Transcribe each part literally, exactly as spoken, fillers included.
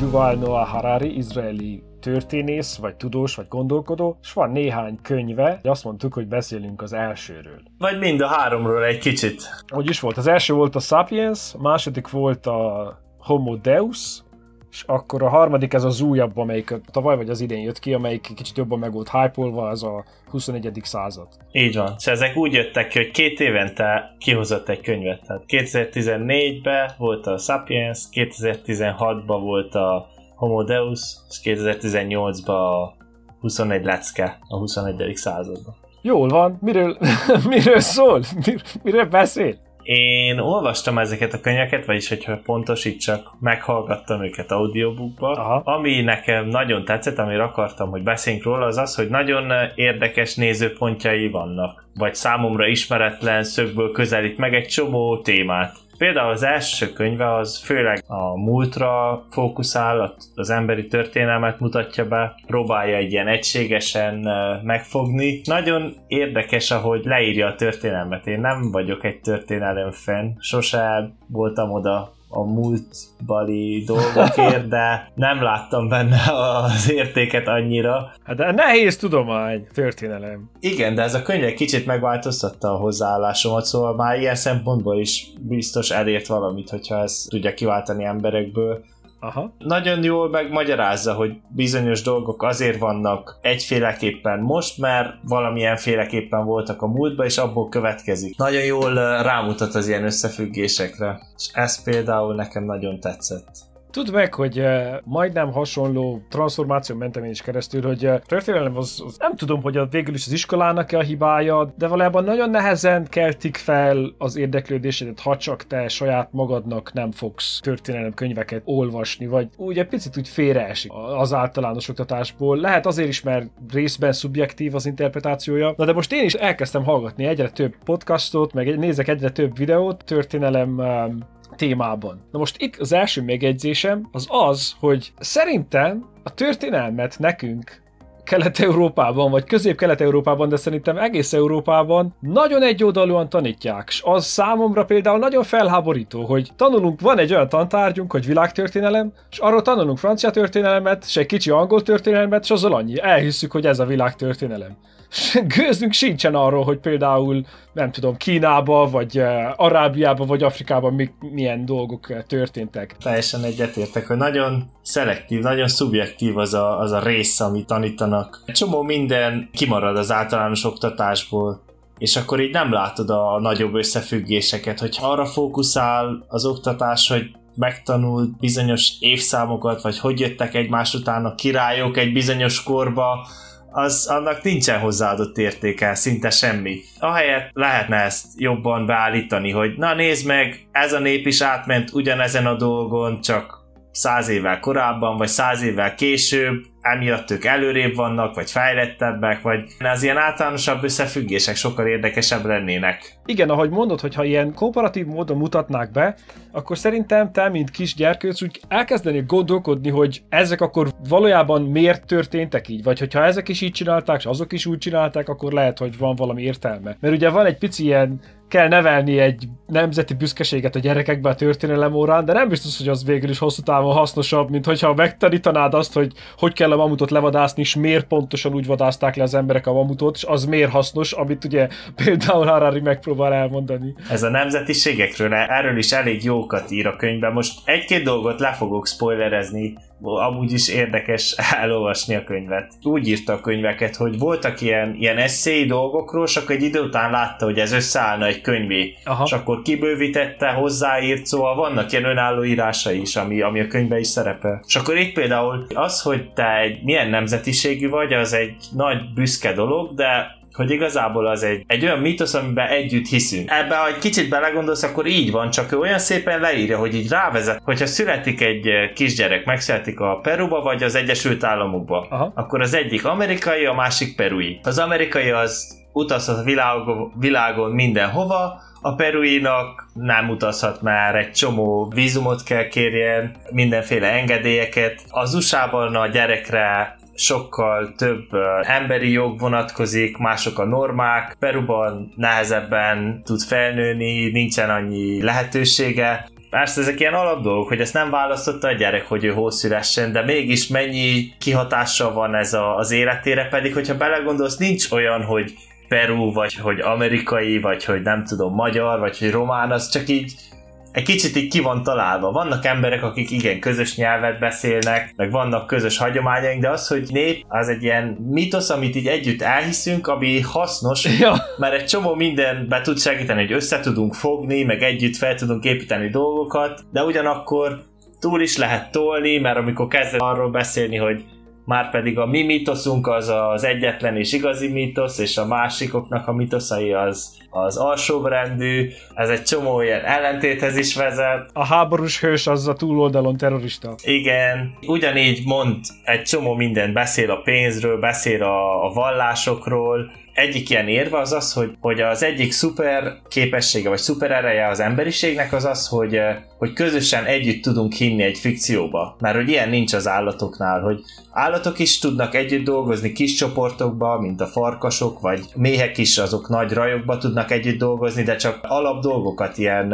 Yuval Noah Harari, izraeli történész, vagy tudós, vagy gondolkodó, és van néhány könyve, azt mondtuk, hogy beszélünk az elsőről. Vagy mind a háromról egy kicsit. Hogy is volt? Az első volt a Sapiens, a második volt a Homo Deus, és akkor a harmadik ez az újabb, amelyik tavaly vagy az idén jött ki, amelyik kicsit jobban meg volt hype-olva, az a huszonegyedik század. Így van. És ezek úgy jöttek ki, hogy két évente kihozott egy könyvet. Tehát kétezer-tizennégyben volt a Sapiens, kétezer-tizenhatban volt a Homo Deus, és kétezer-tizennyolcban a huszonegy lecke a huszonegyedik században. Jól van. Miről, miről szól? Mir, miről beszél? Én olvastam ezeket a könyveket, vagyis hogyha pontosítsak, meghallgattam őket audiobookba. Aha. Ami nekem nagyon tetszett, amire akartam, hogy beszéljünk róla, az az, hogy nagyon érdekes nézőpontjai vannak, vagy számomra ismeretlen szögből közelít meg egy csomó témát. Például az első könyve az főleg a múltra fókuszál, az emberi történelmet mutatja be, próbálja egy ilyen egységesen megfogni. Nagyon érdekes, ahogy leírja a történelmet. Én nem vagyok egy történelem fan, sose voltam oda a múltbali dolgokért, de nem láttam benne az értéket annyira. Hát de nehéz tudomány, történelem. Igen, de ez a könyv egy kicsit megváltoztatta a hozzáállásomat, szóval már ilyen szempontból is biztos elért valamit, hogyha ezt tudja kiváltani emberekből. Aha. Nagyon jól megmagyarázza, hogy bizonyos dolgok azért vannak egyféleképpen most, mert valamilyen féleképpen voltak a múltban, és abból következik. Nagyon jól rámutat az ilyen összefüggésekre, és ez például nekem nagyon tetszett. Tudd meg, hogy uh, majdnem hasonló transformáció mentem én is keresztül, hogy uh, történelem az, az nem tudom, hogy a, végül is az iskolának a hibája, de valójában nagyon nehezen keltik fel az érdeklődésedet, ha csak te saját magadnak nem fogsz történelem könyveket olvasni, vagy úgy egy picit úgy félreesik az általános oktatásból. Lehet azért is, mert részben szubjektív az interpretációja. Na de most én is elkezdtem hallgatni egyre több podcastot, meg nézek egyre több videót történelem um, témában. Na most itt az első megjegyzésem az az, hogy szerintem a történelmet nekünk Kelet-Európában, vagy Közép-Kelet-Európában, de szerintem egész Európában nagyon egyoldalúan tanítják, és az számomra például nagyon felháborító, hogy tanulunk, van egy olyan tantárgyunk, hogy világtörténelem, és arról tanulunk francia történelmet, és egy kicsi angol történelmet, és azzal annyi. Elhisszük, hogy ez a világtörténelem. Gőzünk sincsen arról, hogy például, nem tudom, Kínába, vagy uh, Arábiába, vagy Afrikában mi, milyen dolgok uh, történtek. Teljesen egyetértek, hogy nagyon szelektív, nagyon szubjektív az a, az a rész, amit tanítanak. Egy csomó minden kimarad az általános oktatásból, és akkor így nem látod a nagyobb összefüggéseket, hogy arra fókuszál az oktatás, hogy megtanul bizonyos évszámokat, vagy hogy jöttek egymás után a királyok egy bizonyos korba, az annak nincsen hozzáadott értéke, szinte semmi. Ahelyett lehetne ezt jobban beállítani, hogy na nézd meg, ez a nép is átment ugyanezen a dolgon, csak száz évvel korábban, vagy száz évvel később, emiatt ők előrébb vannak, vagy fejlettebbek, vagy az ilyen általánosabb összefüggések sokkal érdekesebb lennének. Igen, ahogy mondod, hogy ha ilyen komparatív módon mutatnák be, akkor szerintem te, mint kisgyerkőc, úgy elkezdenék gondolkodni, hogy ezek akkor valójában miért történtek így, vagy hogyha ezek is így csinálták, és azok is úgy csinálták, akkor lehet, hogy van valami értelme. Mert ugye van egy pici ilyen, kell nevelni egy nemzeti büszkeséget a gyerekekbe a történelem órán, de nem biztos, hogy az végül is hosszú távon hasznosabb, mint hogyha megtanítanád azt, hogy hogy kell a mamutot levadászni, és miért pontosan úgy vadázták le az emberek a mamutot, és az miért hasznos, amit ugye például Harari megpróbál elmondani. Ez a nemzetiségekről, erről is elég jókat ír a könyvben. Most egy-két dolgot le fogok spoilerezni, amúgy is érdekes elolvasni a könyvet. Úgy írta a könyveket, hogy voltak ilyen, ilyen eszéi dolgokról, és akkor egy idő után látta, hogy ez összeállna egy könyvé, aha, és akkor kibővítette, hozzáírt, szóval vannak ilyen önálló írásai is, ami, ami a könyvben is szerepel. És akkor itt például az, hogy te egy milyen nemzetiségű vagy, az egy nagy büszke dolog, de hogy igazából az egy, egy olyan mítosz, amiben együtt hiszünk. Ebben, ha egy kicsit belegondolsz, akkor így van, csak ő olyan szépen leírja, hogy így rávezet, hogyha születik egy kisgyerek, megszületik a Peruba, vagy az Egyesült Államokba, aha, akkor az egyik amerikai, a másik perui. Az amerikai az utazhat a világon, világon mindenhova, a peruinak nem utazhat már, egy csomó vízumot kell kérjen, mindenféle engedélyeket. Az u es á-ban a gyerekre sokkal több uh, emberi jog vonatkozik, mások a normák, Peruban nehezebben tud felnőni, nincsen annyi lehetősége, Persze ezek ilyen alapdolgok, hogy ezt nem választotta a gyerek, hogy ő hol szülessen, de mégis mennyi kihatással van ez a, az életére, pedig hogyha belegondolsz, nincs olyan, hogy Peru, vagy hogy amerikai, vagy hogy nem tudom, magyar, vagy hogy román, az csak így egy kicsit így ki van találva. Vannak emberek, akik igen, közös nyelvet beszélnek, meg vannak közös hagyományaink, de az, hogy nép, az egy ilyen mitosz, amit így együtt elhiszünk, ami hasznos, ja. Mert egy csomó mindenbe tud segíteni, hogy össze tudunk fogni, meg együtt fel tudunk építeni dolgokat, de ugyanakkor túl is lehet tolni, mert amikor kezded arról beszélni, hogy már pedig a mi mitoszunk az az egyetlen és igazi mitosz, és a másikoknak a mitoszai az, az alsóbrendű, ez egy csomó ilyen ellentéthez is vezet. A háborús hős az a túloldalon terrorista. Igen, ugyanígy mond egy csomó mindent, beszél a pénzről, beszél a, a vallásokról. Egyik ilyen érve az az, hogy, hogy az egyik szuper képessége, vagy szuper ereje az emberiségnek az az, hogy, hogy közösen együtt tudunk hinni egy fikcióba. Mert hogy ilyen nincs az állatoknál, hogy állatok is tudnak együtt dolgozni kis csoportokba, mint a farkasok, vagy méhek is, azok nagy rajokba tudnak együtt dolgozni, de csak alap dolgokat, ilyen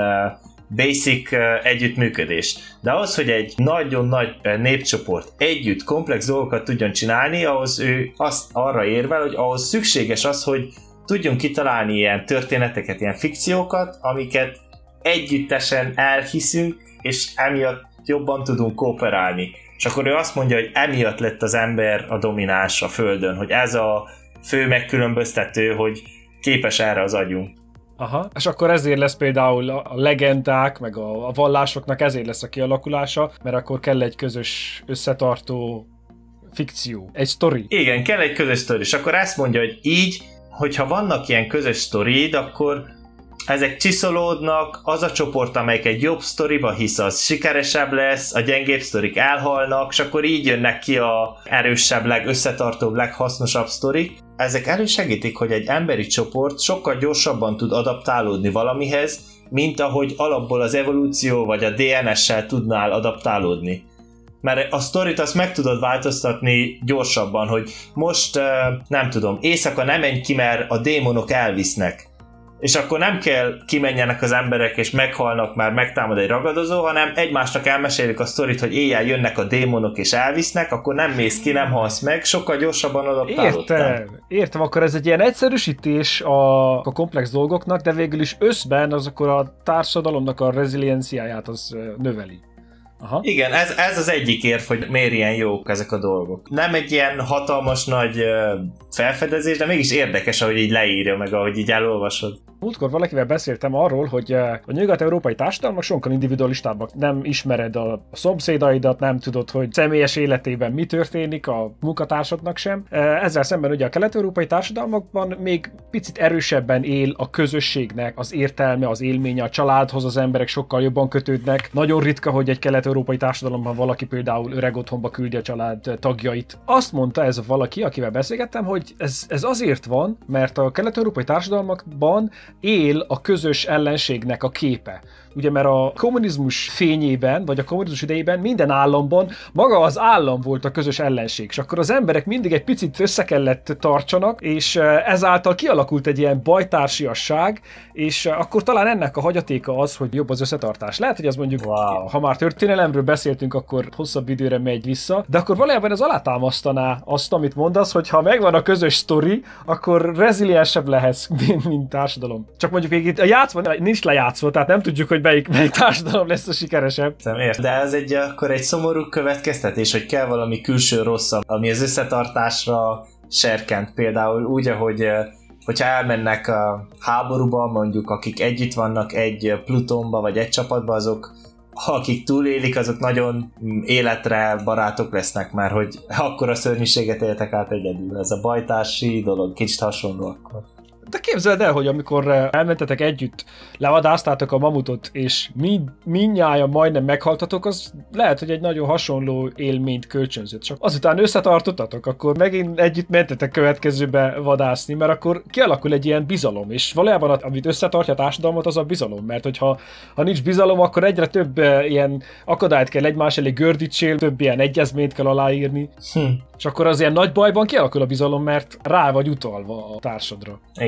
basic együttműködés. De ahhoz, hogy egy nagyon nagy népcsoport együtt komplex dolgokat tudjon csinálni, ahhoz ő azt arra érvel, hogy ahhoz szükséges az, hogy tudjunk kitalálni ilyen történeteket, ilyen fikciókat, amiket együttesen elhiszünk, és emiatt jobban tudunk kooperálni. És akkor ő azt mondja, hogy emiatt lett az ember a domináns a Földön, hogy ez a fő megkülönböztető, hogy képes erre az agyunk. Aha, és akkor ezért lesz például a legendák, meg a, a vallásoknak ezért lesz a kialakulása, mert akkor kell egy közös összetartó fikció, egy sztori. Igen, kell egy közös sztori, és akkor ezt mondja, hogy így, hogyha vannak ilyen közös sztorid, akkor ezek csiszolódnak, az a csoport, amelyik egy jobb sztoriba hisz, az sikeresebb lesz, a gyengébb sztorik elhalnak, és akkor így jönnek ki a erősebb, legösszetartóbb, leghasznosabb sztorik. Ezek elősegítik, hogy egy emberi csoport sokkal gyorsabban tud adaptálódni valamihez, mint ahogy alapból az evolúció vagy a dé en es-sel tudnál adaptálódni. Mert a sztorit azt meg tudod változtatni gyorsabban, hogy most, nem tudom, éjszaka nem menj ki, mert a démonok elvisznek. És akkor nem kell kimenjenek az emberek és meghalnak, már megtámad egy ragadozó, hanem egymásnak elmesélik a sztorit, hogy éjjel jönnek a démonok és elvisznek, akkor nem mész ki, nem halsz meg, sokkal gyorsabban adaptálódtam. Értem, értem, akkor ez egy ilyen egyszerűsítés a, a komplex dolgoknak, de végül is összben az akkor a társadalomnak a rezilienciáját az növeli. Aha. Igen, ez, ez az egyik érv, hogy miért ilyen jók ezek a dolgok. Nem egy ilyen hatalmas nagy felfedezés, de mégis érdekes, ahogy így leírja meg, ahogy így elolvasod. Múltkor valakivel beszéltem arról, hogy a nyugat-európai társadalmak sokkal individualistábbak. Nem ismered a szomszédaidat, nem tudod, hogy személyes életében mi történik, a munkatársadnak sem. Ezzel szemben ugye a kelet-európai társadalmakban még picit erősebben él a közösségnek az értelme, az élménye, a családhoz az emberek sokkal jobban kötődnek. Nagyon ritka, hogy egy kelet-európai társadalomban valaki például öreg otthonba küldi a család tagjait. Azt mondta ez a valaki, akivel beszélgettem, hogy ez, ez azért van, mert a kelet-európai társadalmakban él a közös ellenségnek a képe. Ugye, mert a kommunizmus fényében, vagy a kommunizmus idejében minden államban maga az állam volt a közös ellenség, és akkor az emberek mindig egy picit össze kellett tartsanak, és ezáltal kialakult egy ilyen bajtársiasság, és akkor talán ennek a hagyatéka az, hogy jobb az összetartás. Lehet, hogy az mondjuk, wow. Ha már történelemről beszéltünk, akkor hosszabb időre megy vissza, de akkor valójában ez alátámasztaná azt, amit mondasz, hogy ha megvan a közös sztori, akkor reziliensebb lehetsz, mint, mint társadalom. Csak mondjuk még itt a játszva nincs lejátszva, tehát nem tudjuk, hogy melyik, melyik társadalom lesz a sikeresebb. De ez egy, akkor egy szomorú következtetés, hogy kell valami külső rosszabb, ami az összetartásra serkent. Például úgy, ahogy hogyha elmennek a háborúba, mondjuk akik együtt vannak egy plutonba, vagy egy csapatba, azok akik túlélik, azok nagyon életre barátok lesznek már, hogy akkor a szörnyűséget éltek át egyedül. Ez a bajtársi dolog kicsit hasonló akkor. De képzeld el, hogy amikor elmentetek együtt, levadásztátok a mamutot, és mind, mindnyájan majdnem meghaltatok, az lehet, hogy egy nagyon hasonló élményt kölcsönzött. Csak azután összetartottatok, akkor megint együtt mentetek következőbe vadászni, mert akkor kialakul egy ilyen bizalom, és valójában amit összetartja a társadalmat, az a bizalom, mert hogyha ha nincs bizalom, akkor egyre több ilyen akadályt kell egymás elé gördítsél, több ilyen egyezményt kell aláírni, hm. és akkor az ilyen nagy bajban kialakul a bizalom, mert rá vagy utalva a társadra. Igen.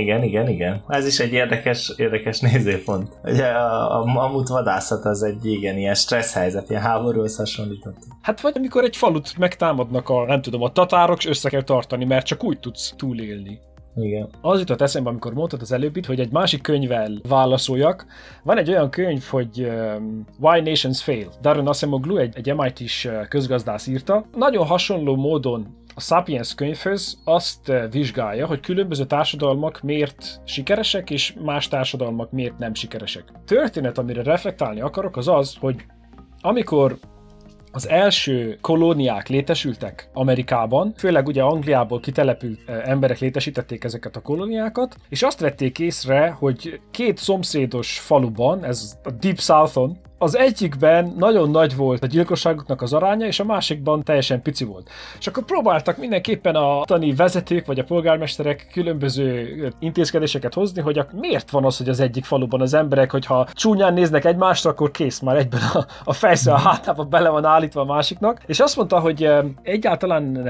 Igen, igen, igen. Ez is egy érdekes, érdekes nézőpont. Ugye a, a mamut vadászat az egy igen, ilyen stressz helyzet, ilyen háborúhoz hasonlított. Hát vagy amikor egy falut megtámadnak a, nem tudom, a tatárok, és össze kell tartani, mert csak úgy tudsz túlélni. Igen. Az jutott eszembe, amikor mondtad az előbbit, hogy egy másik könyvvel válaszoljak. Van egy olyan könyv, hogy um, Why Nations Fail. Daron Acemoglu, egy, egy em i té-s közgazdász írta. Nagyon hasonló módon a Sapiens könyvhöz azt vizsgálja, hogy különböző társadalmak miért sikeresek, és más társadalmak miért nem sikeresek. Történet, amire reflektálni akarok, az az, hogy amikor az első kolóniák létesültek Amerikában, főleg ugye Angliából kitelepült emberek létesítették ezeket a kolóniákat, és azt vették észre, hogy két szomszédos faluban, ez a Deep Southon, az egyikben nagyon nagy volt a gyilkosságoknak az aránya, és a másikban teljesen pici volt. És akkor próbáltak mindenképpen a tani vezetők vagy a polgármesterek különböző intézkedéseket hozni, hogy a, miért van az, hogy az egyik faluban az emberek, hogyha csúnyán néznek egymásra, akkor kész, már egyben a, a fejsze a hátába bele van állítva a másiknak. És azt mondta, hogy egyáltalán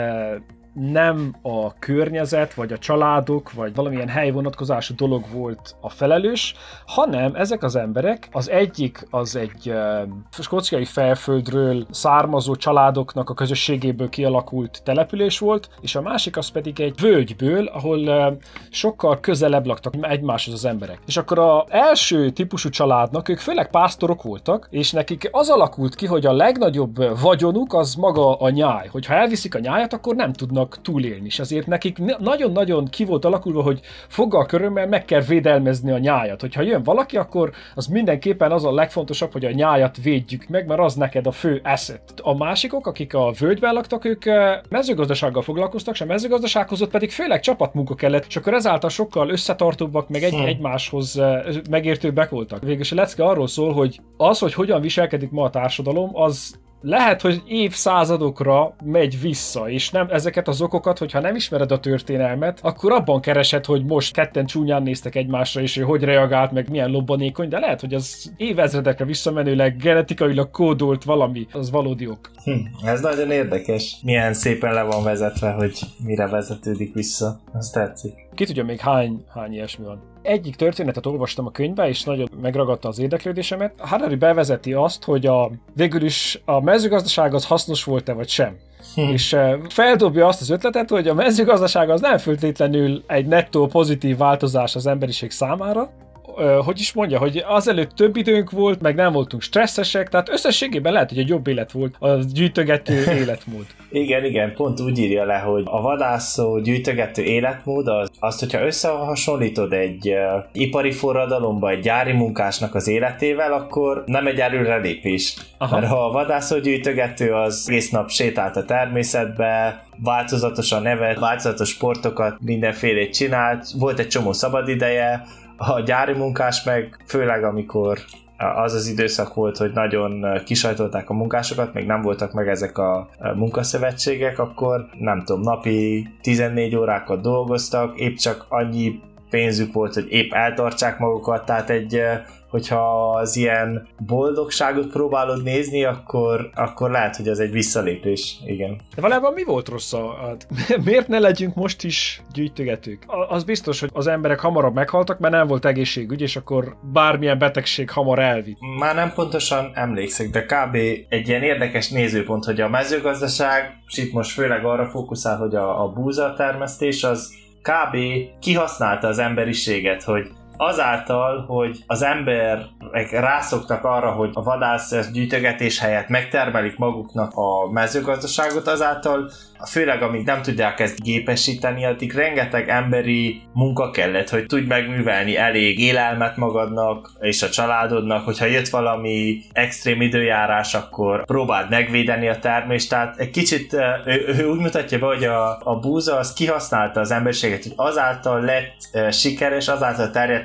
nem a környezet, vagy a családok, vagy valamilyen helyi vonatkozású dolog volt a felelős, hanem ezek az emberek, az egyik az egy uh, skóciai felföldről származó családoknak a közösségéből kialakult település volt, és a másik az pedig egy völgyből, ahol uh, sokkal közelebb laktak egymáshoz az emberek. És akkor az első típusú családnak, ők főleg pásztorok voltak, és nekik az alakult ki, hogy a legnagyobb vagyonuk az maga a nyáj. Hogyha elviszik a nyájat, akkor nem tudnak túlélni, és azért nekik nagyon-nagyon ki volt alakulva, hogy foggal körömmel meg kell védelmezni a nyájat. Hogyha jön valaki, akkor az mindenképpen az a legfontosabb, hogy a nyájat védjük meg, mert az neked a fő asset. A másikok, akik a völgyben laktak, ők mezőgazdasággal foglalkoztak, és a mezőgazdasághoz ott pedig főleg csapatmunka kellett, és akkor ezáltal sokkal összetartóbbak, meg egy, hmm. egymáshoz megértőbbek voltak. Végülis a lecke arról szól, hogy az, hogy hogyan viselkedik ma a társadalom, az lehet, hogy évszázadokra megy vissza, és nem ezeket az okokat, hogyha nem ismered a történelmet, akkor abban keresed, hogy most ketten csúnyán néztek egymásra, és ő hogy reagált, meg milyen lobbanékony, de lehet, hogy az évezredekre visszamenőleg genetikailag kódolt valami, az valódi ok. Hm, ez nagyon érdekes. Milyen szépen le van vezetve, hogy mire vezetődik vissza. Az tetszik. Ki tudja még hány, hány ilyesmi van. Egyik történetet olvastam a könyvbe, és nagyon megragadta az érdeklődésemet. Harari bevezeti azt, hogy a, végül is a mezőgazdaság az hasznos volt-e vagy sem. Hm. És feldobja azt az ötletet, hogy a mezőgazdaság az nem feltétlenül egy nettó pozitív változás az emberiség számára. Hogy is mondja, hogy azelőtt több időnk volt, meg nem voltunk stresszesek, tehát összességében lehet, hogy egy jobb élet volt a gyűjtögető életmód. Igen, igen, pont úgy írja le, hogy a vadászó gyűjtögető életmód, az, azt, hogyha összehasonlítod egy uh, ipari forradalomba egy gyári munkásnak az életével, akkor nem egy előrelépés. Aha. Mert ha a vadászó gyűjtögető az egész nap sétált a természetbe, változatosan nevet, változatos sportokat, mindenfélét csinált, volt egy csomó szabadideje. A gyári munkás meg főleg amikor az az időszak volt, hogy nagyon kisajtolták a munkásokat, még nem voltak meg ezek a munkaszövetségek, akkor nem tudom, napi tizennégy órákat dolgoztak, épp csak annyi pénzük volt, hogy épp eltartsák magukat, tehát egy, hogyha az ilyen boldogságot próbálod nézni, akkor, akkor lehet, hogy ez egy visszalépés, igen. De valójában mi volt rossz? Miért ne legyünk most is gyűjtögetők? Az biztos, hogy az emberek hamarabb meghaltak, mert nem volt egészségügy, és akkor bármilyen betegség hamar elvitt. Már nem pontosan emlékszek, de kb. Egy ilyen érdekes nézőpont, hogy a mezőgazdaság, és itt most főleg arra fókuszál, hogy a, a búza termesztés az kb. Kihasználta az emberiséget, hogy azáltal, hogy az emberek rászoktak arra, hogy a vadász gyűjtögetés helyett megtermelik maguknak a mezőgazdaságot, azáltal főleg amíg nem tudják ezt gépesíteni, addig rengeteg emberi munka kellett, hogy tudj megművelni elég élelmet magadnak és a családodnak, hogyha jött valami extrém időjárás, akkor próbáld megvédeni a termést, tehát egy kicsit ő, ő úgy mutatja be, hogy a, a búza az kihasználta az emberiséget, hogy azáltal lett uh, sikeres, azáltal terjedt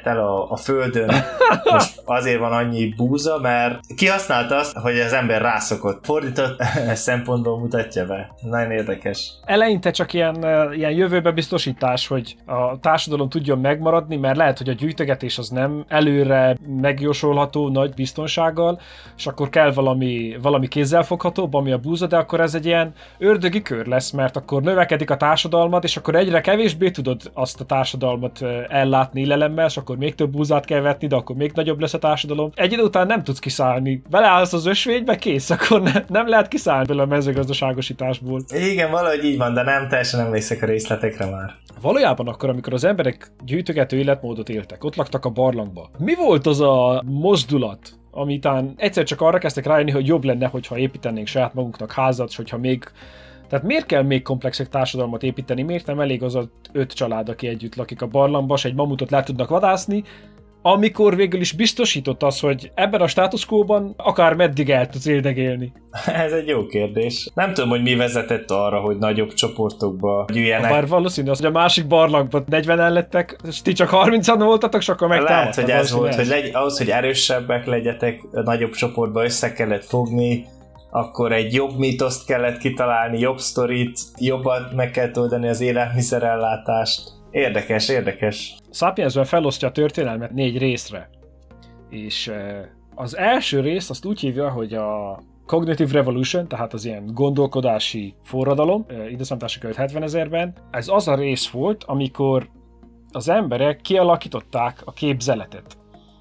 terjedt el a, a földön, most azért van annyi búza, mert kihasználta azt, hogy az ember rászokott. Fordított szempontból mutatja be. Nagyon érdekes. Eleinte csak ilyen, ilyen jövőbe biztosítás, hogy a társadalom tudjon megmaradni, mert lehet, hogy a gyűjtögetés az nem előre megjósolható nagy biztonsággal, és akkor kell valami, valami kézzelfoghatóbb, ami a búza, de akkor ez egy ilyen ördögi kör lesz, mert akkor növekedik a társadalmat, és akkor egyre kevésbé tudod azt a társadalmat ellátni élelemmel, és akkor még több búzát kell vetni, de akkor még nagyobb lesz a társadalom. Egy idő után nem tudsz kiszállni. Beleállsz az ösvénybe, kész, akkor ne, nem lehet kiszállni belőle a mezőgazdaságosításból. Igen, valahogy így van, de nem teljesen emlékszek a részletekre már. Valójában akkor, amikor az emberek gyűjtögető életmódot éltek, ott laktak a barlangba. Mi volt az a mozdulat, amitán egyszer csak arra kezdtek rájönni, hogy jobb lenne, hogyha építenénk saját magunknak házat, és hogyha még... Tehát miért kell még komplexebb társadalmat építeni? Miért nem elég az a öt család, aki együtt lakik a barlangba, és egy mamutot le tudnak vadászni, amikor végül is biztosított az, hogy ebben a status quo-ban akár meddig el tudsz éldegélni? Ez egy jó kérdés. Nem tudom, hogy mi vezetett arra, hogy nagyobb csoportokba gyűjjenek. Bár valószínű az, hogy a másik barlangban negyvenen lettek, és ti csak harmincan voltatok, és akkor megtámadtak. Lehet, hogy ez volt, hogy legy, ahhoz, hogy erősebbek legyetek, nagyobb csoportba össze kellett fogni, akkor egy jobb mítoszt kellett kitalálni, jobb sztorit, jobban meg kell oldani az élelmiszerellátást. Érdekes, érdekes. Sapiensben felosztja a történelmet négy részre. És az első rész azt úgy hívja, hogy a Cognitive Revolution, tehát az ilyen gondolkodási forradalom, időszámítása követ hetvenezerben. Ez az a rész volt, amikor az emberek kialakították a képzeletet.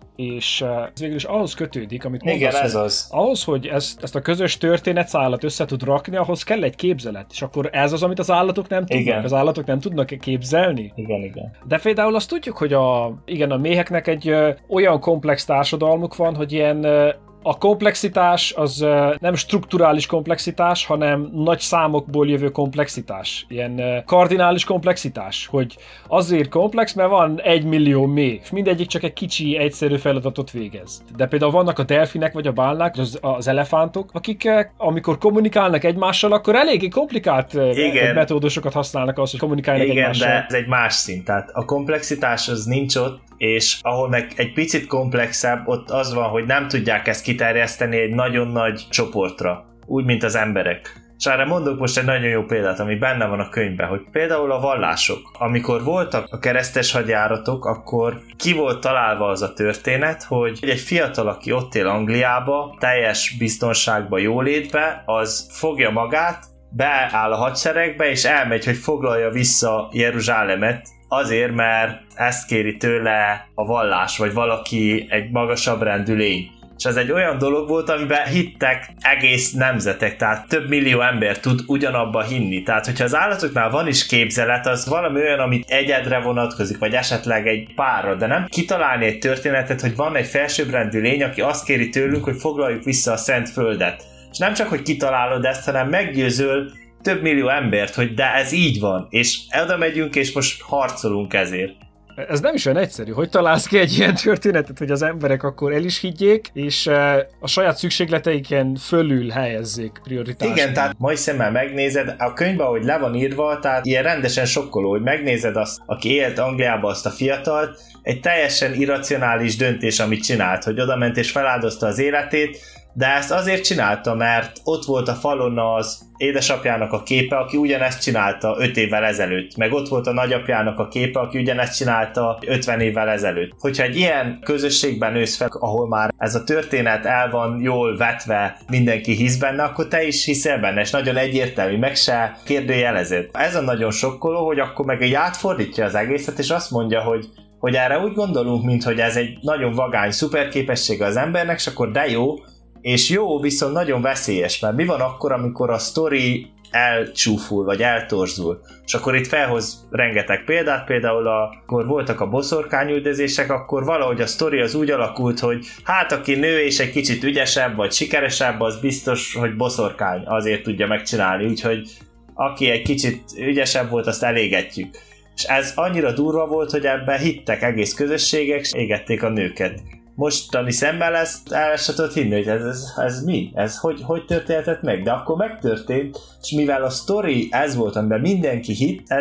És ez végül is ahhoz kötődik, amit mondasz, igen, ez az. Ahhoz, hogy ezt, ezt a közös történetszálat össze tud rakni, ahhoz kell egy képzelet. És akkor ez az, amit az állatok nem tudnak. Igen. Az állatok nem tudnak képzelni. Igen, igen. De például azt tudjuk, hogy a, igen, a méheknek egy ö, olyan komplex társadalmuk van, hogy ilyen ö, a komplexitás az nem strukturális komplexitás, hanem nagy számokból jövő komplexitás. Ilyen kardinális komplexitás, hogy azért komplex, mert van egy millió méh, és mindegyik csak egy kicsi, egyszerű feladatot végez. De például vannak a delfinek vagy a bálnák, az, az elefántok, akik amikor kommunikálnak egymással, akkor eléggé komplikált igen. metódusokat használnak ahhoz, hogy kommunikálnak igen, egymással. Igen, de ez egy más szint. Tehát a komplexitás az nincs ott, és ahol meg egy picit komplexebb, ott az van, hogy nem tudják ezt kiterjeszteni egy nagyon nagy csoportra, úgy, mint az emberek. És erre mondok most egy nagyon jó példát, ami benne van a könyvben, hogy például a vallások. Amikor voltak a keresztes hadjáratok, akkor ki volt találva az a történet, hogy egy fiatal, aki ott él Angliába, teljes biztonságba, jólétbe, az fogja magát, beáll a hadseregbe, és elmegy, hogy foglalja vissza Jeruzsálemet, azért, mert ezt kéri tőle a vallás, vagy valaki egy magasabb rendű lény. És ez egy olyan dolog volt, amiben hittek egész nemzetek, tehát több millió ember tud ugyanabba hinni. Tehát, hogyha az állatoknál van is képzelet, az valami olyan, amit egyedre vonatkozik, vagy esetleg egy párra, de nem kitalálni egy történetet, hogy van egy felsőbbrendű lény, aki azt kéri tőlünk, hogy foglaljuk vissza a szent földet. És nem csak, hogy kitalálod ezt, hanem meggyőzöl több millió embert, hogy de ez így van, és oda megyünk, és most harcolunk ezért. Ez nem is olyan egyszerű, hogy találsz ki egy ilyen történetet, hogy az emberek akkor el is higgyék, és a saját szükségleteiken fölül helyezzék prioritásban. Igen, tehát mai szemmel megnézed, a könyvben, ahogy le van írva, tehát ilyen rendesen sokkoló, hogy megnézed azt, aki élt Angliába, azt a fiatalt, egy teljesen irracionális döntés, amit csinált, hogy odament és feláldozta az életét, de ezt azért csinálta, mert ott volt a falon az édesapjának a képe, aki ugyanezt csinálta öt évvel ezelőtt, meg ott volt a nagyapjának a képe, aki ugyanezt csinálta ötven évvel ezelőtt. Hogyha egy ilyen közösségben nősz fel, ahol már ez a történet el van jól vetve, mindenki hisz benne, akkor te is hiszel benne, és nagyon egyértelmű, meg se kérdőjelezed. Ez a nagyon sokkoló, hogy akkor meg egy átfordítja az egészet, és azt mondja, hogy hogy erre úgy gondolunk, minthogy ez egy nagyon vagány szuperképessége az embernek, és akkor de jó, és jó, viszont nagyon veszélyes, mert mi van akkor, amikor a sztori elcsúful, vagy eltorzul. És akkor itt felhoz rengeteg példát, például akkor voltak a boszorkányüldözések, akkor valahogy a sztori az úgy alakult, hogy hát aki nő és egy kicsit ügyesebb, vagy sikeresebb, az biztos, hogy boszorkány, azért tudja megcsinálni, úgyhogy aki egy kicsit ügyesebb volt, azt elégetjük. És ez annyira durva volt, hogy ebben hittek egész közösségek, és égették a nőket. Mostani szemmel ezt el se tudod hinni, hogy ez, ez, ez mi? Ez hogy, hogy történhetett meg? De akkor megtörtént, és mivel a sztori ez volt, amiben mindenki hitt, ezért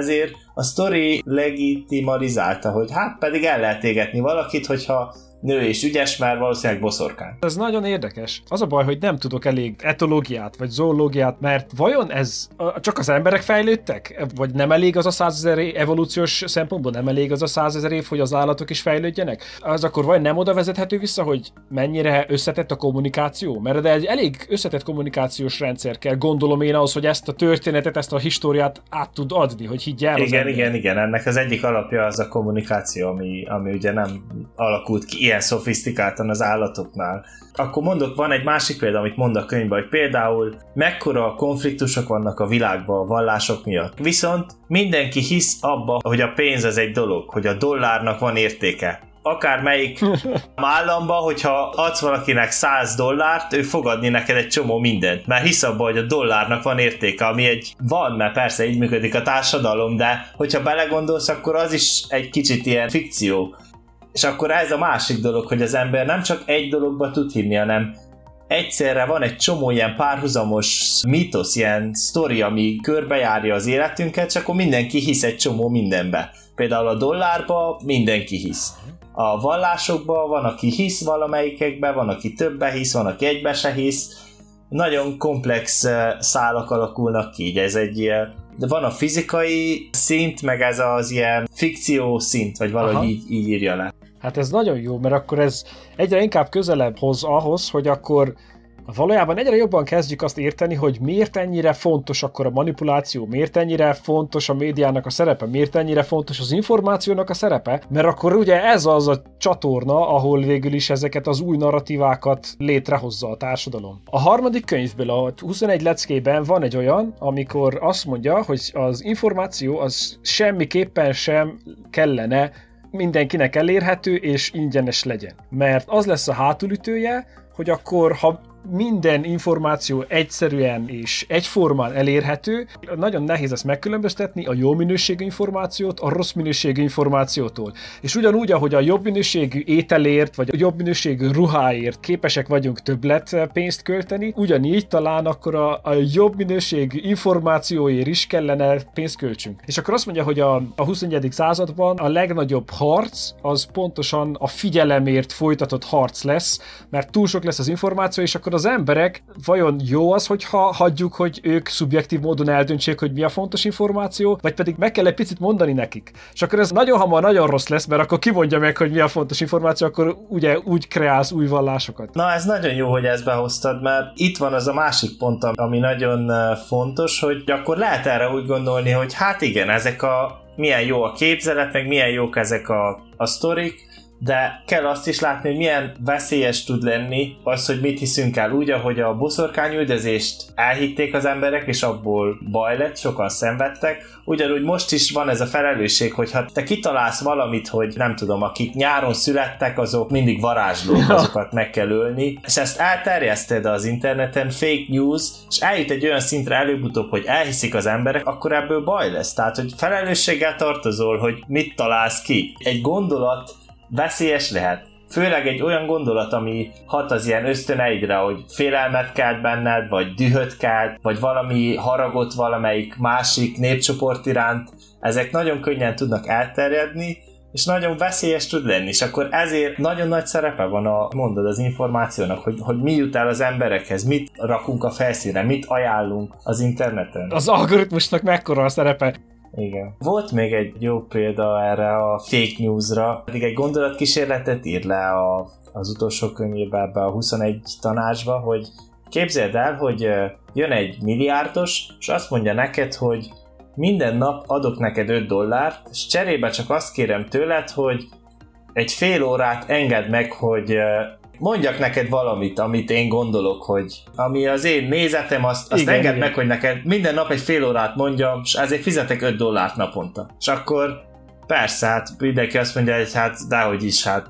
a sztori legitimalizálta, hogy hát pedig el lehet égetni valakit, hogyha nő és ügyes, mert valószínűleg boszorkány. Ez nagyon érdekes. Az a baj, hogy nem tudok elég etológiát, vagy zoológiát, mert vajon ez csak az emberek fejlődtek? Vagy nem elég az a százezer év, evolúciós szempontból nem elég az a százezer év, hogy az állatok is fejlődjenek? Az akkor vajon nem oda vezethető vissza, hogy mennyire összetett a kommunikáció? Mert de egy elég összetett kommunikációs rendszer kell, gondolom én ahhoz, hogy ezt a történetet, ezt a históriát át tud adni, hogy higgy el. Igen, igen, igen. Ennek az egyik alapja az a kommunikáció, ami, ami ugye nem alakult ki ilyen szofisztikáltan az állatoknál. Akkor mondok, van egy másik példa, amit mond a könyvben, hogy például mekkora konfliktusok vannak a világban a vallások miatt. Viszont mindenki hisz abba, hogy a pénz az egy dolog, hogy a dollárnak van értéke. Akármelyik államban, hogyha adsz valakinek száz dollárt, ő fog adni neked egy csomó mindent. Mert hisz abba, hogy a dollárnak van értéke, ami egy van, mert persze így működik a társadalom, de hogyha belegondolsz, akkor az is egy kicsit ilyen fikció. És akkor ez a másik dolog, hogy az ember nem csak egy dologba tud hinni, hanem egyszerre van egy csomó ilyen párhuzamos mítosz, ilyen sztori, ami körbejárja az életünket, és akkor mindenki hisz egy csomó mindenbe. Például a dollárba mindenki hisz. A vallásokban van, aki hisz valamelyikekbe, van, aki többe hisz, van, aki egybe se hisz. Nagyon komplex szálak alakulnak ki, így ez egy ilyen, de van a fizikai szint, meg ez az ilyen fikció szint, vagy valahogy így, így írja le. Hát ez nagyon jó, mert akkor ez egyre inkább közelebb hoz ahhoz, hogy akkor valójában egyre jobban kezdjük azt érteni, hogy miért ennyire fontos akkor a manipuláció, miért ennyire fontos a médiának a szerepe, miért ennyire fontos az információnak a szerepe, mert akkor ugye ez az a csatorna, ahol végül is ezeket az új narratívákat létrehozza a társadalom. A harmadik könyvből, a huszonegy leckében van egy olyan, amikor azt mondja, hogy az információ az semmiképpen sem kellene mindenkinek elérhető és ingyenes legyen. Mert az lesz a hátulütője, hogy akkor, ha minden információ egyszerűen és egyformán elérhető, nagyon nehéz ezt megkülönböztetni a jó minőségű információt a rossz minőségű információtól. És ugyanúgy, ahogy a jobb minőségű ételért, vagy a jobb minőségű ruháért képesek vagyunk többlet pénzt költeni, ugyanígy talán akkor a, a jobb minőségű információért is kellene pénzt költsünk. És akkor azt mondja, hogy a, a huszonegyedik században a legnagyobb harc az pontosan a figyelemért folytatott harc lesz, mert túl sok lesz az információ, és akkor az emberek, vajon jó az, hogyha hagyjuk, hogy ők szubjektív módon eldöntsék, hogy mi a fontos információ, vagy pedig meg kell egy picit mondani nekik. És akkor ez nagyon hamar nagyon rossz lesz, mert akkor kimondja meg, hogy mi a fontos információ, akkor ugye úgy kreálsz új vallásokat. Na, ez nagyon jó, hogy ezt behoztad, mert itt van az a másik pont, ami nagyon fontos, hogy akkor lehet erre úgy gondolni, hogy hát igen, ezek a milyen jó a képzelet, meg milyen jók ezek a, a sztorik, de kell azt is látni, hogy milyen veszélyes tud lenni az, hogy mit hiszünk el. Úgy, ahogy a boszorkányüldözést elhitték az emberek, és abból baj lett, sokan szenvedtek, ugyanúgy most is van ez a felelősség, hogyha te kitalálsz valamit, hogy nem tudom, akik nyáron születtek, azok mindig varázslók, azokat meg kell ölni, és ezt elterjeszted az interneten, fake news, és eljut egy olyan szintre előbb-utóbb, hogy elhiszik az emberek, akkor ebből baj lesz. Tehát, hogy felelősséggel tartozol, hogy mit találsz ki. Egy gondolat veszélyes lehet. Főleg egy olyan gondolat, ami hat az ilyen ösztöneidre, hogy félelmet kelt benned, vagy dühöt kelt, vagy valami haragot valamelyik másik népcsoport iránt. Ezek nagyon könnyen tudnak elterjedni, és nagyon veszélyes tud lenni, és akkor ezért nagyon nagy szerepe van a, mondod, az információnak, hogy, hogy mi jut el az emberekhez, mit rakunk a felszínre, mit ajánlunk az interneten. Az algoritmusnak mekkora a szerepe? Igen. Volt még egy jó példa erre a fake newsra, pedig egy gondolatkísérletet ír le a, az utolsó könyvében, ebbe a huszonegy tanácsba, hogy képzeld el, hogy jön egy milliárdos, és azt mondja neked, hogy minden nap adok neked öt dollárt, és cserébe csak azt kérem tőled, hogy egy fél órát engedd meg, hogy mondjak neked valamit, amit én gondolok, hogy ami az én nézetem, azt, azt igen, engedd igen. meg, hogy neked minden nap egy fél órát mondjam, és ezért fizetek öt dollárt naponta. És akkor persze, hát mindenki azt mondja, hogy hát dehogy is, hát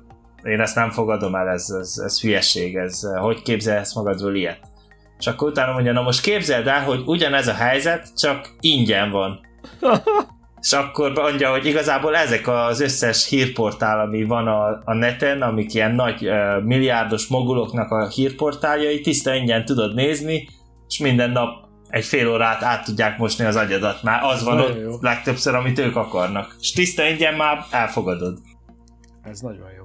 én ezt nem fogadom el, ez, ez, ez hülyeség, ez, hogy képzelsz magadról ilyet? És akkor utána mondja, na most képzeld el, hogy ugyanez a helyzet, csak ingyen van. És akkor mondja, hogy igazából ezek az összes hírportál, ami van a, a neten, amik ilyen nagy uh, milliárdos moguloknak a hírportáljai, tiszta ingyen tudod nézni, és minden nap egy fél órát át tudják mosni az agyadat. Már az van nagyon ott jó. Legtöbbször, amit ők akarnak. És tiszta ingyen már elfogadod. Ez nagyon jó.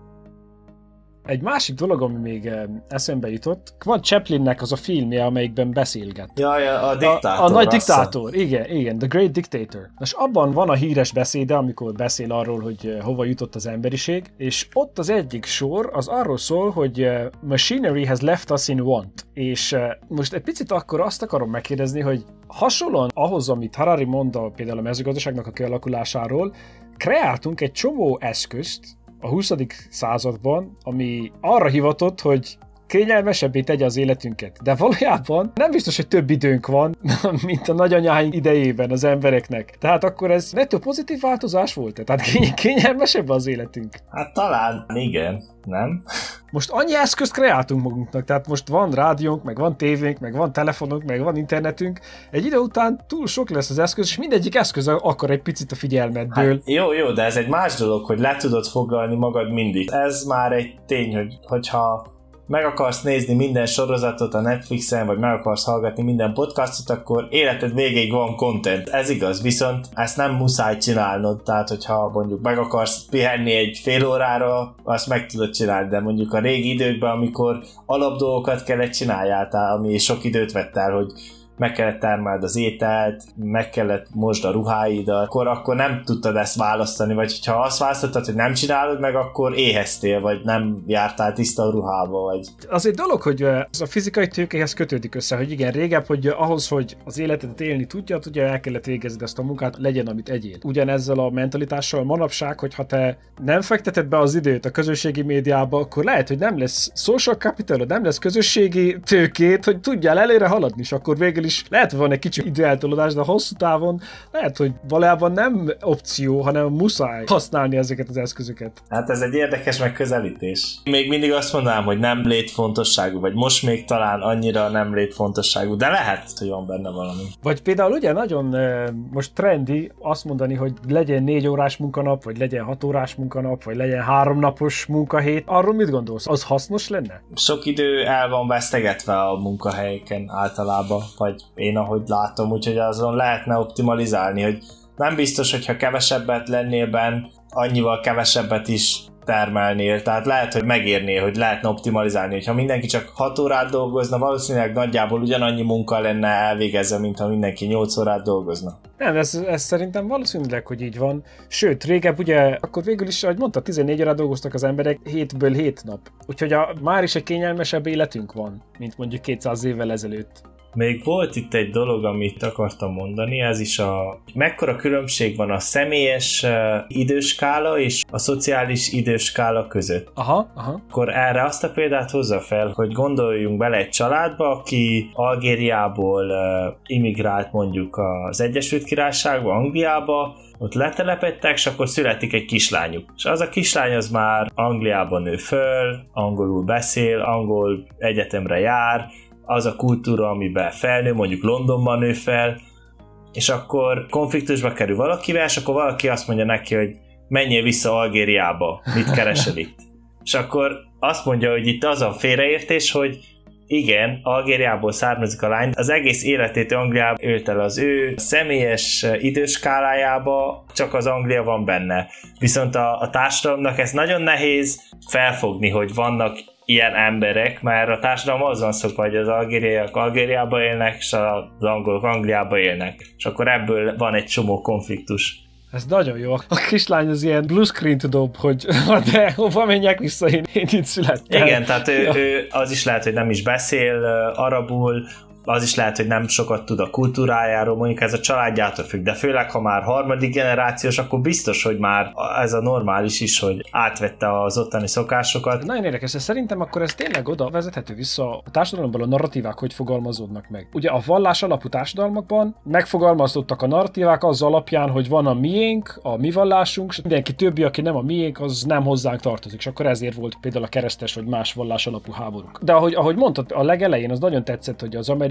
Egy másik dolog, ami még eszembe jutott, van Chaplinnek az a filmje, amelyikben beszélget. Jaj, a, a diktátor. A, a nagy diktátor, igen, igen, The Great Dictator. És abban van a híres beszéde, amikor beszél arról, hogy hova jutott az emberiség, és ott az egyik sor az arról szól, hogy machinery has left us in want. És most egy picit akkor azt akarom megkérdezni, hogy hasonlóan ahhoz, amit Harari mond a, például a mezőgazdaságnak a kialakulásáról, kreáltunk egy csomó eszközt a huszadik században, ami arra hivatott, hogy kényelmesebbé tegye az életünket. De valójában nem biztos, hogy több időnk van, mint a nagyanyáink idejében az embereknek. Tehát akkor ez nettó pozitív változás volt? Tehát kényelmesebb az életünk? Hát talán igen, nem? Most annyi eszközt kreáltunk magunknak, tehát most van rádiónk, meg van tévénk, meg van telefonunk, meg van internetünk. Egy idő után túl sok lesz az eszköz, és mindegyik eszköz akar egy picit a figyelmedből. Hát jó, jó, de ez egy más dolog, hogy le tudod foglalni magad mindig. Ez már egy tény, hogy, hogyha meg akarsz nézni minden sorozatot a Netflixen, vagy meg akarsz hallgatni minden podcastot, akkor életed végéig van content. Ez igaz, viszont ezt nem muszáj csinálnod, tehát hogyha mondjuk meg akarsz pihenni egy fél órára, azt meg tudod csinálni, de mondjuk a régi időkben, amikor alapdolgokat kellett csináljál, ami sok időt vett el, hogy meg kellett termeld az ételt, meg kellett mosd a ruháidat, akkor, akkor nem tudtad ezt választani, vagy ha azt választottad, hogy nem csinálod meg, akkor éheztél, vagy nem jártál tiszta ruhába, vagy... Az egy dolog, hogy ez a fizikai tőkéhez kötődik össze, hogy igen, régebb, hogy ahhoz, hogy az életedet élni tudjad, ugye el kellett végezned ezt a munkát, legyen, amit egyél. Ugyanezzel a mentalitással manapság, hogy ha te nem fekteted be az időt a közösségi médiába, akkor lehet, hogy nem lesz social capital, nem lesz közösségi tőkét, hogy tudjál előre haladni, és akkor végül is lehet, hogy van egy kicsi időeltolódás, de hosszú távon lehet, hogy valójában nem opció, hanem muszáj használni ezeket az eszközöket. Hát ez egy érdekes megközelítés. Még mindig azt mondanám, hogy nem létfontosságú, vagy most még talán annyira nem létfontosságú, de lehet, hogy van benne valami. Vagy például ugye nagyon most trendi azt mondani, hogy legyen négy órás munkanap, vagy legyen hat órás munkanap, vagy legyen háromnapos munkahét. Arról mit gondolsz? Az hasznos lenne? Sok idő el van vesztegetve a munkahelyeken általában, vagy én ahogy látom, úgyhogy azon lehetne optimalizálni, hogy nem biztos, hogyha kevesebbet lennél benn, annyival kevesebbet is termelnél, tehát lehet, hogy megérnél, hogy lehetne optimalizálni, hogyha mindenki csak hat órát dolgozna, valószínűleg nagyjából ugyanannyi munka lenne elvégezve, mint ha mindenki nyolc órát dolgozna. Nem, ez, ez szerintem valószínűleg, hogy így van. Sőt, régebb ugye, akkor végül is, ahogy mondta, tizennégy órát dolgoztak az emberek, hétből hét nap. Úgyhogy a, már is egy kényelmesebb életünk van, mint mondjuk kétszáz évvel ezelőtt. Még volt itt egy dolog, amit akartam mondani, ez is a... mekkora különbség van a személyes uh, időskála és a szociális időskála között. Aha, aha. Akkor erre azt a példát hozza fel, hogy gondoljunk bele egy családba, aki Algériából uh, immigrált mondjuk az Egyesült Királyságba, Angliába, ott letelepedtek, és akkor születik egy kislányuk. És az a kislány az már Angliában nő föl, angolul beszél, angol egyetemre jár, az a kultúra, amiben felnő, mondjuk Londonban nő fel, és akkor konfliktusba kerül valakivel, és akkor valaki azt mondja neki, hogy menjél vissza Algériába, mit keresel itt. És akkor azt mondja, hogy itt az a félreértés, hogy igen, Algériából származik a lány, az egész életét Angliában élt el, az ő személyes időskálájába csak az Anglia van benne. Viszont a, a társadalomnak ez nagyon nehéz felfogni, hogy vannak ilyen emberek, mert a társadalom azon szokva, hogy az algériaiak Algériában élnek, és az angolok Angliában élnek. És akkor ebből van egy csomó konfliktus. Ez nagyon jó. A kislány az ilyen blue screen-t dob, hogy de hova menjek vissza, én, én itt születtem. Igen, tehát ő, ja. ő az is lehet, hogy nem is beszél uh, arabul, az is lehet, hogy nem sokat tud a kultúrájáról, mondjuk ez a családjától függ, de főleg, ha már harmadik generációs, akkor biztos, hogy már ez a normális is, hogy átvette az ottani szokásokat. Nagyon érdekes, ez szerintem akkor ez tényleg oda vezethető vissza a társadalomban a narratívák, hogy fogalmazódnak meg. Ugye a vallás alapú társadalmakban megfogalmazódtak a narratívák az alapján, hogy van a miénk, a mi vallásunk, és mindenki többi, aki nem a miénk, az nem hozzánk tartozik, és akkor ezért volt például a keresztes vagy más vallás alapú háborúk. De ahogy, ahogy mondtad, a legelején az nagyon tetszett, hogy az amerikai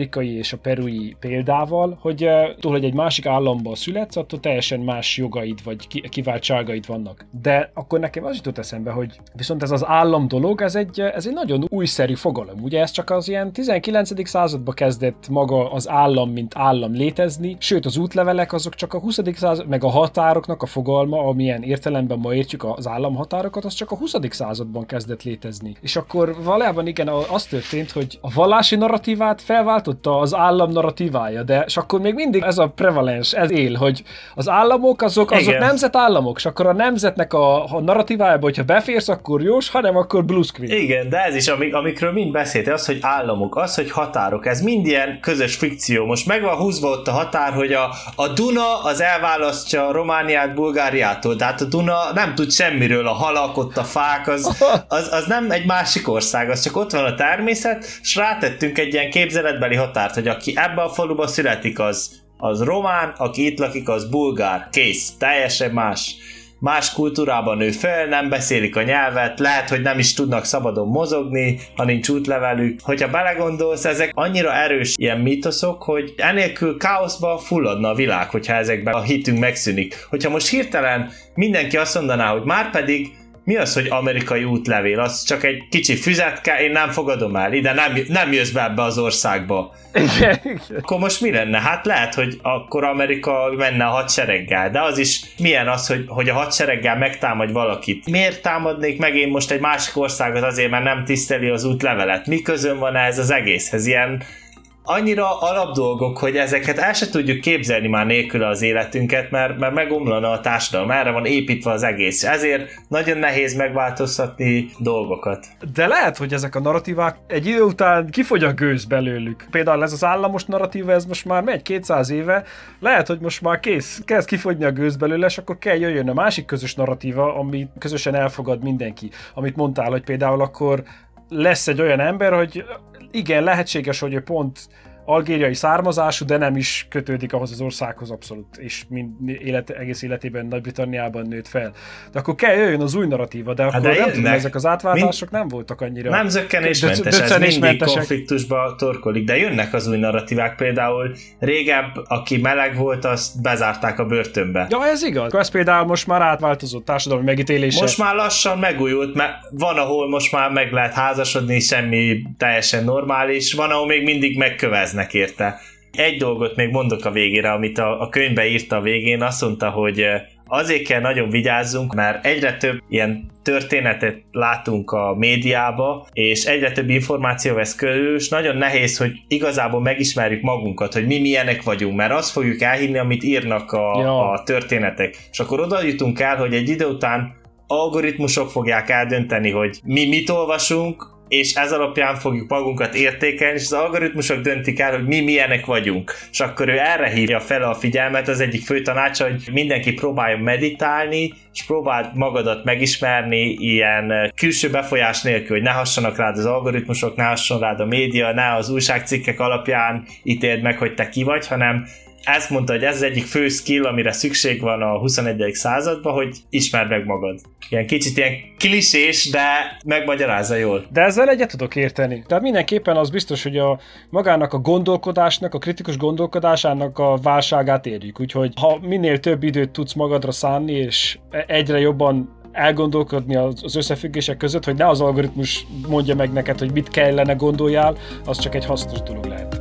amerikai és a perui példával, hogy túl, hogy egy másik államban születsz, attól teljesen más jogaid vagy kiváltságaid vannak. De akkor nekem az jutott eszembe, hogy viszont ez az állam dolog, ez egy, ez egy nagyon újszerű fogalom. Ugye ez csak az ilyen tizenkilencedik században kezdett maga az állam, mint állam létezni, sőt az útlevelek azok csak a huszadik század, meg a határoknak a fogalma, amilyen értelemben ma értjük az államhatárokat, az csak a huszadik században kezdett létezni. És akkor valójában igen, az történt, hogy a vallási narratívát felváltotta az állam narratívája, de és akkor még mindig ez a prevalens, ez él, hogy az államok azok, azok nemzetállamok, és akkor a nemzetnek a, a narratívájába, hogyha beférsz, akkor jós, ha nem, akkor blue screen. Igen, de ez is, amik, amikről mind beszélt, az, hogy államok, az, hogy határok, ez mind ilyen közös fikció. Most meg van húzva ott a határ, hogy a, a Duna az elválasztja Romániát Bulgáriától, de hát a Duna nem tud semmiről, a halak, ott a fák, az, az, az nem egy másik ország, az csak ott van a természet, és rátettünk egy ilyen képzeletbeli határt, hogy aki ebbe a faluba születik, az, az román, aki itt lakik, az bulgár. Kész, teljesen más. Más kultúrában nő fel, nem beszélik a nyelvet, lehet, hogy nem is tudnak szabadon mozogni, ha nincs útlevelük. Hogyha belegondolsz, ezek annyira erős ilyen mítoszok, hogy enélkül káoszba fulladna a világ, hogyha ezekben a hitünk megszűnik. Hogyha most hirtelen mindenki azt mondaná, hogy már pedig mi az, hogy amerikai útlevél? Az csak egy kicsi füzetke, én nem fogadom el, ide nem, nem jössz be ebbe az országba. Igen, igen. Akkor most mi lenne? Hát lehet, hogy akkor Amerika menne a hadsereggel, de az is milyen az, hogy, hogy a hadsereggel megtámadj valakit. Miért támadnék meg én most egy másik országot azért, mert nem tiszteli az útlevelet? Mi közön van ez az egészhez? Ilyen annyira alapdolgok, hogy ezeket el se tudjuk képzelni már nélkül az életünket, mert, mert megomlana a társadalom, erre van építve az egész. Ezért nagyon nehéz megváltoztatni dolgokat. De lehet, hogy ezek a narratívák egy idő után kifogy a gőz belőlük. Például ez az államos narratíva, ez most már megy kétszáz éve, lehet, hogy most már kész, kezd kifogyni a gőz belőle, és akkor kell jöjjön a másik közös narratíva, amit közösen elfogad mindenki. Amit mondtál, hogy például akkor lesz egy olyan ember, hogy igen, lehetséges, hogy ő pont algériai származású, de nem is kötődik ahhoz az országhoz abszolút, és mind élet, egész életében Nagy-Britanniában nőtt fel. De akkor kell jöjjön az új narratíva, de akkor hát de nem tudom, ezek az átváltások mind, nem voltak annyira... Nem zökkenésmentes, ez mindig konfliktusba torkolik, de jönnek az új narratívák, például régebb, aki meleg volt, azt bezárták a börtönbe. Ja, ez igaz. Ez például most már átváltozott társadalmi megítélése. Most már lassan megújult, mert van, ahol most már meg lehet házasodni, semmi teljesen normális, van, ahol még mindig megköveznek érte. Egy dolgot még mondok a végére, amit a, a könyvbe írta a végén, azt mondta, hogy azért kell nagyon vigyázzunk, mert egyre több ilyen történetet látunk a médiába, és egyre több információ vesz körül, és nagyon nehéz, hogy igazából megismerjük magunkat, hogy mi milyenek vagyunk, mert azt fogjuk elhinni, amit írnak a, ja. a történetek. És akkor oda jutunk el, hogy egy idő után algoritmusok fogják eldönteni, hogy mi mit olvasunk, és ez alapján fogjuk magunkat értékelni, és az algoritmusok döntik el, hogy mi milyenek vagyunk. És akkor ő erre hívja fel a figyelmet, az egyik fő tanácsa, hogy mindenki próbáljon meditálni, és próbáld magadat megismerni ilyen külső befolyás nélkül, hogy ne hassanak rád az algoritmusok, ne hasson rád a média, ne az újságcikkek alapján ítéld meg, hogy te ki vagy, hanem ezt mondta, hogy ez az egyik fő skill, amire szükség van a huszonegyedik században, hogy ismerd meg magad. Ilyen kicsit ilyen klisés, de megmagyarázza jól. De ezzel egyet tudok érteni. Tehát mindenképpen az biztos, hogy a magának a gondolkodásnak, a kritikus gondolkodásának a válságát érjük. Úgyhogy ha minél több időt tudsz magadra szánni, és egyre jobban elgondolkodni az összefüggések között, hogy ne az algoritmus mondja meg neked, hogy mit kellene gondoljál, az csak egy hasznos dolog lehet.